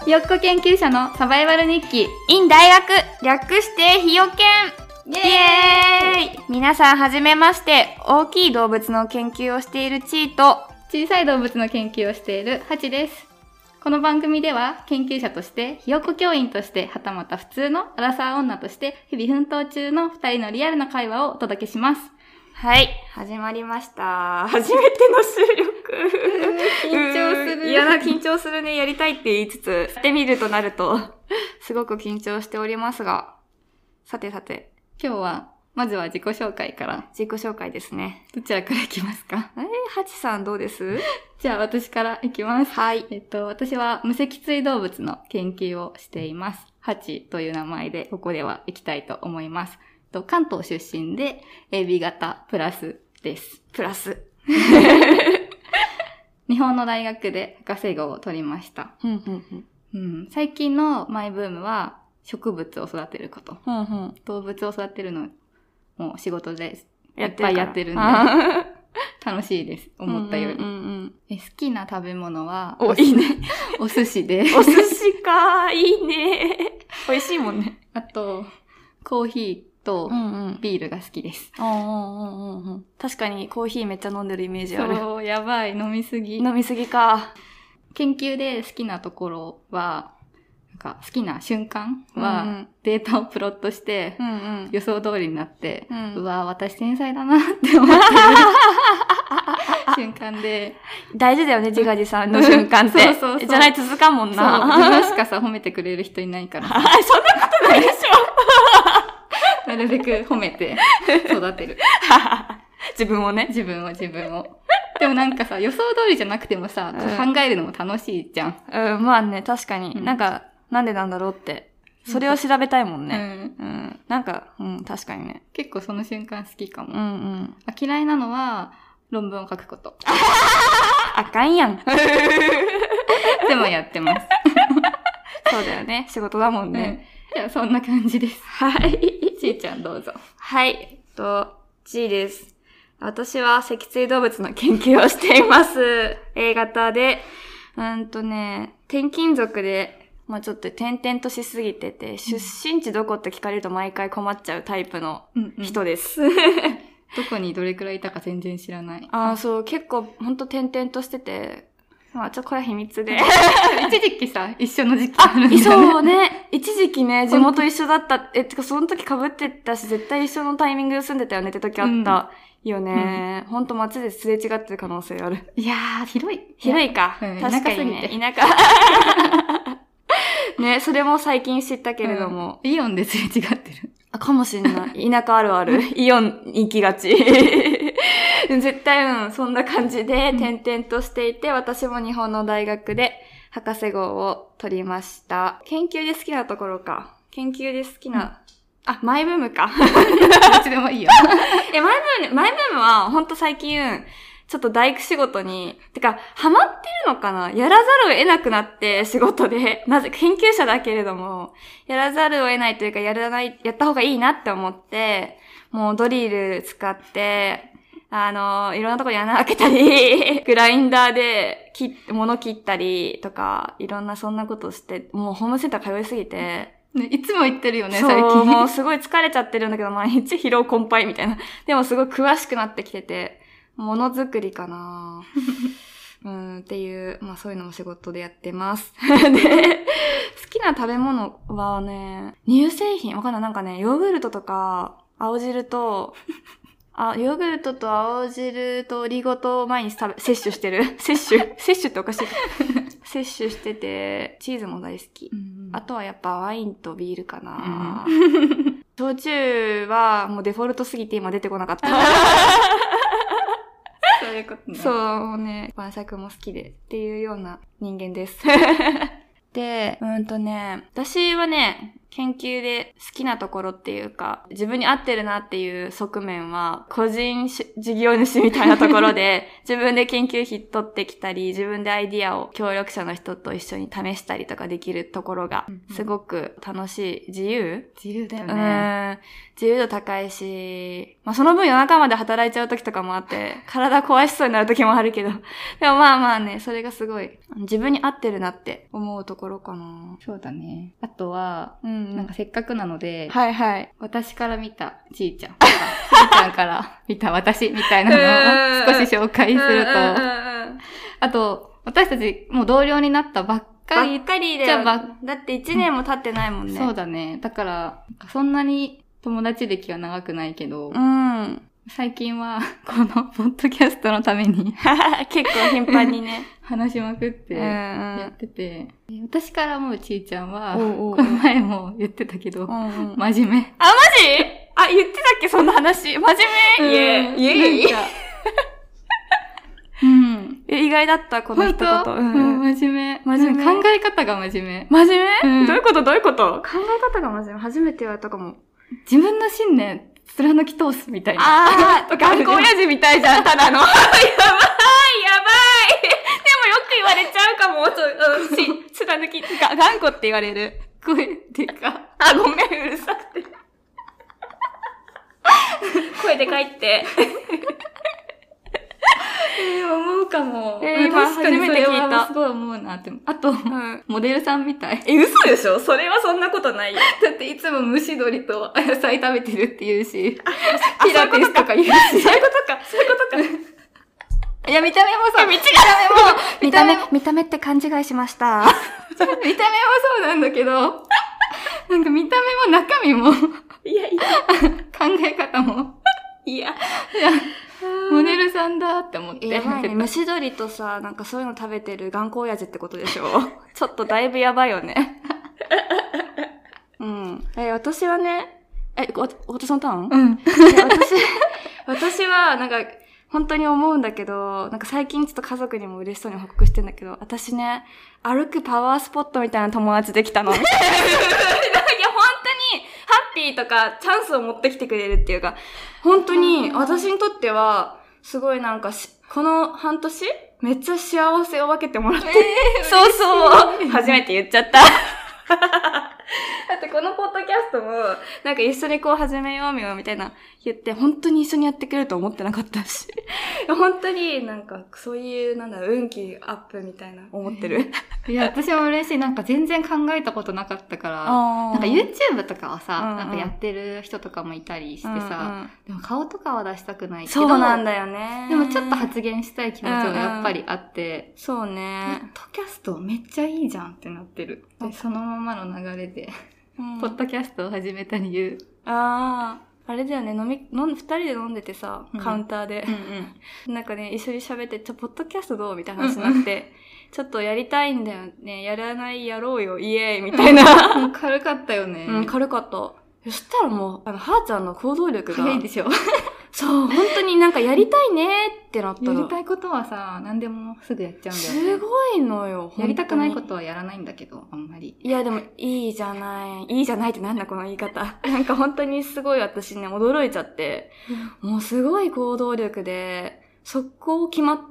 ひよっこ研究者のサバイバル日記 in 大学、略してひよけん。イエーイ。皆さんはじめまして。大きい動物の研究をしているチーと小さい動物の研究をしているハチです。この番組では研究者としてひよっこ教員としてはたまた普通のアラサー女として日々奮闘中の2人のリアルな会話をお届けします。 はい、始まりました。初めての収録。 緊張する。 いや、緊張するね。やりたいって言いつつ、やってみるとなると、すごく緊張しておりますが。さて、 今日は、まずは自己紹介から。 自己紹介ですね。 どちらからいきますか？ ハチさんどうです？ じゃあ私からいきます。 はい。 私は無脊椎動物の研究をしています。ハチという名前でここでは行きたいと思います。関東出身で AB 型プラスです。 プラス。 日本の大学で博士号を取りました。最近のマイブームは植物を育てること。動物を育てるのも仕事でいっぱいやってるんで楽しいです。思ったより。好きな食べ物は、 いいね。 お寿司で。 お寿司か、いいね。美味しいもんね。 あと、コーヒーとビールが好きです。 確かにコーヒーめっちゃ飲んでるイメージある。 そう、やばい。飲みすぎか。 研究で好きなところは、好きな瞬間は、データをプロットして、予想通りになって、うわ、私天才だなって思ってる瞬間で。 大事だよね、自画自賛の瞬間って。そう。じゃないと続かんもんな。 そう、自分しかさ、褒めてくれる人いないから。 そんなことないでしょ。 なるべく褒めて育てる。 自分をね。 自分を。でもなんかさ、予想通りじゃなくてもさ、考えるのも楽しいじゃん。 まあね、確かに。なんでなんだろうって。それを調べたいもんね。確かにね。 結構その瞬間好きかも。嫌いなのは、論文を書くこと。 あかんやん。 でもやってます。 そうだよね。仕事だもんね。 いや、そんな感じです。 はい。 ちーちゃんどうぞ。 はい。ちーです。私は脊椎動物の研究をしています。A 型で、転勤族で、ちょっと転々としすぎてて、出身地どこって聞かれると毎回困っちゃうタイプの人です。 どこにどれくらいいたか全然知らない。 そう、結構ほんと転々としてて、これは秘密で。 一時期さ、一緒の時期あるんだよね。 そうね。一時期ね、地元一緒だった。その時被ってたし、絶対一緒のタイミングで住んでたよねって時あったよね。ほんと街ですれ違ってる可能性ある。 いやー、広いか。確かにね。田舎。ね、それも最近知ったけれども。 イオンですれ違ってる。 かもしんない。田舎あるある。イオン行きがち。絶対そんな感じで転々としていて、私も日本の大学で博士号を取りました。研究で好きなところか。研究で好きな、マイブームか。 どっちでもいいよ。 マイブームはほんと最近、ちょっと大工仕事に、ハマってるのかな？やらざるを得なくなって仕事で、なぜ研究者だけれども、やらざるを得ないというかやった方がいいなって思って、もうドリル使って、いろんなところに穴開けたり、グラインダーで物切ったりとか、いろんなそんなことして、もうホームセンター通いすぎて、 ね、いつも言ってるよね、 最近。そう、 もうすごい疲れちゃってるんだけど、毎日疲労困憊みたいな。でもすごい詳しくなってきてて、ものづくりかなっていう、そういうのも仕事でやってます。で、好きな食べ物はね、乳製品わかんない。ヨーグルトとか、青汁と、ヨーグルトと青汁とオリゴ糖を毎日摂取してる。摂取っておかしい。摂取してて、チーズも大好き。あとはやっぱワインとビールかな。焼酎はもうデフォルトすぎて今出てこなかった。 そういうことね。 そうね。晩酌も好きでっていうような人間です。で、私はね、 研究で好きなところっていうか、自分に合ってるなっていう側面は、個人事業主みたいなところで、自分で研究費取ってきたり、自分でアイディアを協力者の人と一緒に試したりとかできるところが、すごく楽しい。自由だよね。 自由度高いし、まあその分夜中まで働いちゃう時とかもあって、体壊しそうになる時もあるけど、でもまあまあね、それがすごい、自分に合ってるなって思うところかな。 そうだね。あとは、なんかせっかくなので、 はいはい。 私から見たちいちゃんとか、ちいちゃんから見た私みたいなのを少し紹介すると、あと、私たちもう同僚になったばっかりで、だって1年も経ってないもんね。 そうだね。だから、そんなに友達歴は長くないけど、最近はこのポッドキャストのために結構頻繁にね話しまくってやってて、私からもうちいちゃんはこの前も言ってたけど、真面目。 あ、マジ？あ、言ってたっけそんな話。真面目？イエーイ。意外だったこの一言。 真面目。考え方が真面目。 真面目？どういうこと考え方が真面目。初めて言われたかも。 自分の信念貫き通すみたいな。 頑固親父みたいじゃん、ただの。やばい。でもよく言われちゃうかも。貫き、頑固って言われる。 声でか。 ごめん、うるさくて。声でかいって。 思うかも。 確かにそれはすごい思うなって。あと、モデルさんみたい。 嘘でしょ？それはそんなことないよ。 だっていつも蒸し鶏と野菜食べてるって言うし、ピラティスとか言うし。そういうことか。 いや、見た目もさ、 見た目って勘違いしました。 見た目もそうなんだけど、なんか見た目も中身も、考え方も、モデルさんだって思って。 やばいね。蒸し鶏とさ、なんかそういうの食べてる頑固親父ってことでしょ？ちょっとだいぶやばいよね。私はね、私のターン？私は、なんか、本当に思うんだけど、なんか最近ちょっと家族にも嬉しそうに報告してんだけど、私ね、歩くパワースポットみたいな友達できたの。いや、本当に、ハッピーとかチャンスを持ってきてくれるっていうか、本当に私にとっては、すごいなんかこの半年めっちゃ幸せを分けてもらって。そう。初めて言っちゃった。だってこのポッドキャストも、なんか一緒にこう始めようみたいな言って、本当に一緒にやってくれると思ってなかったし。本当になんかそういう、運気アップみたいな思ってる。 いや、私も嬉しい。なんか全然考えたことなかったから、なんか YouTube とかはさ、なんかやってる人とかもいたりしてさ、でも顔とかは出したくないけど、 そうなんだよね。 でもちょっと発言したい気持ちもやっぱりあって、 そうね。 ポッドキャストめっちゃいいじゃんってなってる。で、そのままの流れで、ポッドキャストを始めた理由。 あれだよね、二人で飲んでてさ、カウンターで。なんかね、一緒に喋って、ポッドキャストどうみたいな話になって、ちょっとやりたいんだよね、やろうよ、イエーイみたいな。 軽かったよね。 軽かった。そしたらもう、はーちゃんの行動力が。 早いでしょ。 そう、本当になんかやりたいねってなったら。 やりたいことはさ、何でもすぐやっちゃうんだよね。 すごいのよ。 やりたくないことはやらないんだけど、あんまり。 いやでも、いいじゃないってなんだこの言い方。なんか本当にすごい私ね、驚いちゃって。もうすごい行動力で、速攻決まって、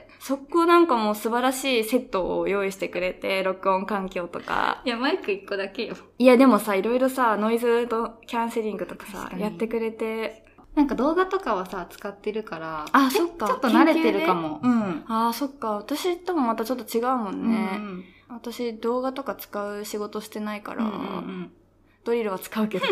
速攻なんかもう素晴らしいセットを用意してくれて、録音環境とか。 いや、マイク1個だけよ。 いやでもさ、いろいろさ、ノイズとキャンセリングとかさ、やってくれて。 なんか動画とかはさ、使ってるから、 そっか。 ちょっと慣れてるかも。 そっか。私ともまたちょっと違うもんね。私動画とか使う仕事してないから、ドリルは使うけど。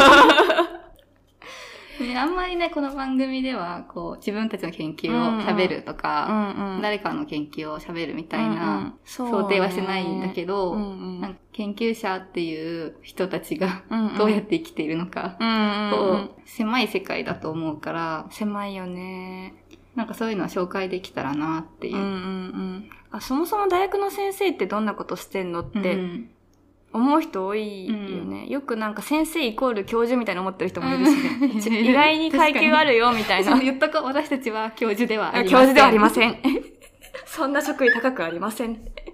あんまりね、この番組では、こう、自分たちの研究を喋るとか、誰かの研究を喋るみたいな、想定はしてないんだけど、なんか研究者っていう人たちがどうやって生きているのか、狭い世界だと思うから、 狭いよね。 なんかそういうのは紹介できたらなっていう。 そもそも大学の先生ってどんなことしてんのって、思う人多いよね。よくなんか先生イコール教授みたいな思ってる人もいるしね。意外に階級あるよみたいな。 言っとこう、私たちは教授ではありません。 教授ではありません。そんな職位高くありません。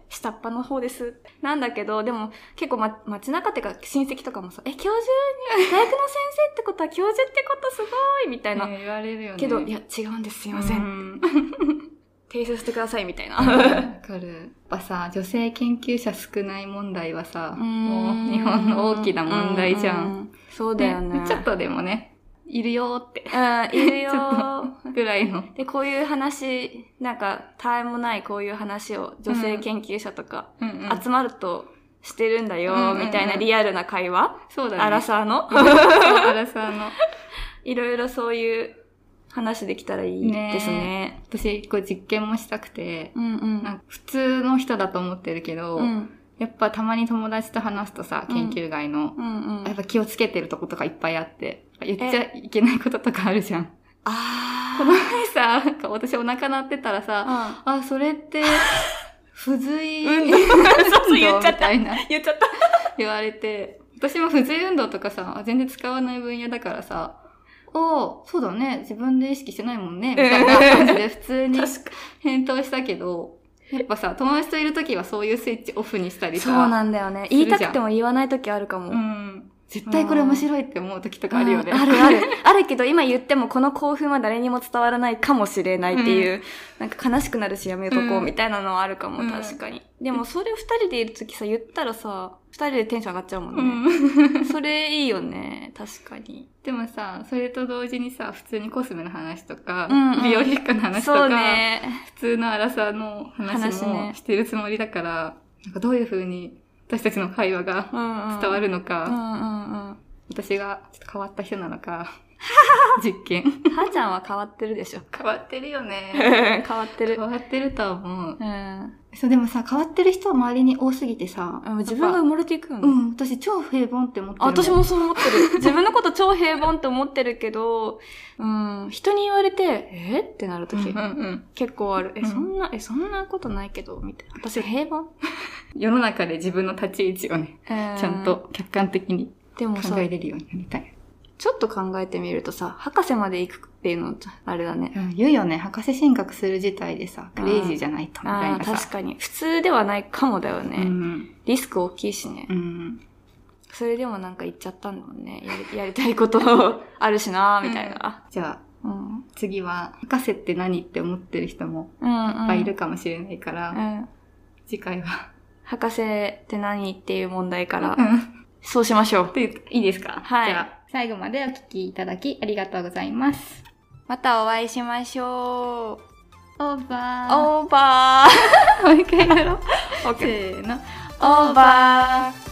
下っ端の方です。なんだけど、でも結構街中ってか親戚とかもさ、教授に、大学の先生ってことは教授ってことすごいみたいな。 言われるよね。 けど、いや、違うんです、すいません。提出してくださいみたいな。 わかる。やっぱさ、女性研究者少ない問題はさ、もう日本の大きな問題じゃん。 そうだよね。 ちょっとでもね、いるよって。 いるよー。 ぐらいの。 で、こういう話、なんか、たわいもないこういう話を女性研究者とか、集まるとしてるんだよ、みたいなリアルな会話。 そうだね。 アラサーの。 アラサーの。 いろいろそういう話できたらいいですね。 私、こう実験もしたくて、なんか普通の人だと思ってるけど、やっぱたまに友達と話すとさ、研究外の、やっぱ気をつけてるとことかいっぱいあって、言っちゃいけないこととかあるじゃん。この前さ、私お腹鳴ってたらさ、それって、不随運動みたいな。 言っちゃった。 言われて、私も不随運動とかさ、全然使わない分野だからさ、そうだね、自分で意識してないもんね、みたいな感じで普通に返答したけど、やっぱさ、友達といるときはそういうスイッチオフにしたりさ。 そうなんだよね。言いたくても言わないときあるかも。 絶対これ面白いって思うときとかあるよね。 ある。あるけど、今言ってもこの興奮は誰にも伝わらないかもしれないっていう、なんか悲しくなるしやめとこうみたいなのはあるかも、確かに。でもそれ二人でいるときさ、言ったらさ、二人でテンション上がっちゃうもんね。それいいよね、確かに。 でもさ、それと同時にさ、普通にコスメの話とか、美容皮膚科の話とか、普通のアラサーの話もしてるつもりだから、なんかどういう風に私たちの会話が伝わるのか、私がちょっと変わった人なのか、実験。 はーちゃんは変わってるでしょ。 変わってるよね。 変わってる。 変わってると思う。そう、でもさ、変わってる人周りに多すぎてさ。 自分が生まれていくよね。 私超平凡って思ってる。 私もそう思ってる。自分のこと超平凡って思ってるけど、人に言われて、ってなるとき、結構ある。そんなことないけど、みたいな。私平凡世の中で自分の立ち位置をね、ちゃんと客観的に考えれるようになりたい。 ちょっと考えてみるとさ、博士まで行くっていうのあれだね。 言うよね。博士進学する自体でさ、クレイジーじゃないとみたいなさ。 確かに。普通ではないかもだよね。リスク大きいしね。それでもなんか言っちゃったんだもんね。やりたいことあるしなみたいな。 じゃあ、次は、博士って何って思ってる人もいっぱいいるかもしれないから、次回は。 博士って何っていう問題から、そうしましょう。 いいですか？ はい。 じゃあ、最後までお聞きいただきありがとうございます。 またお会いしましょう。 オーバー。 オーバー。 もう一回やろう。 せーの。 オーバー。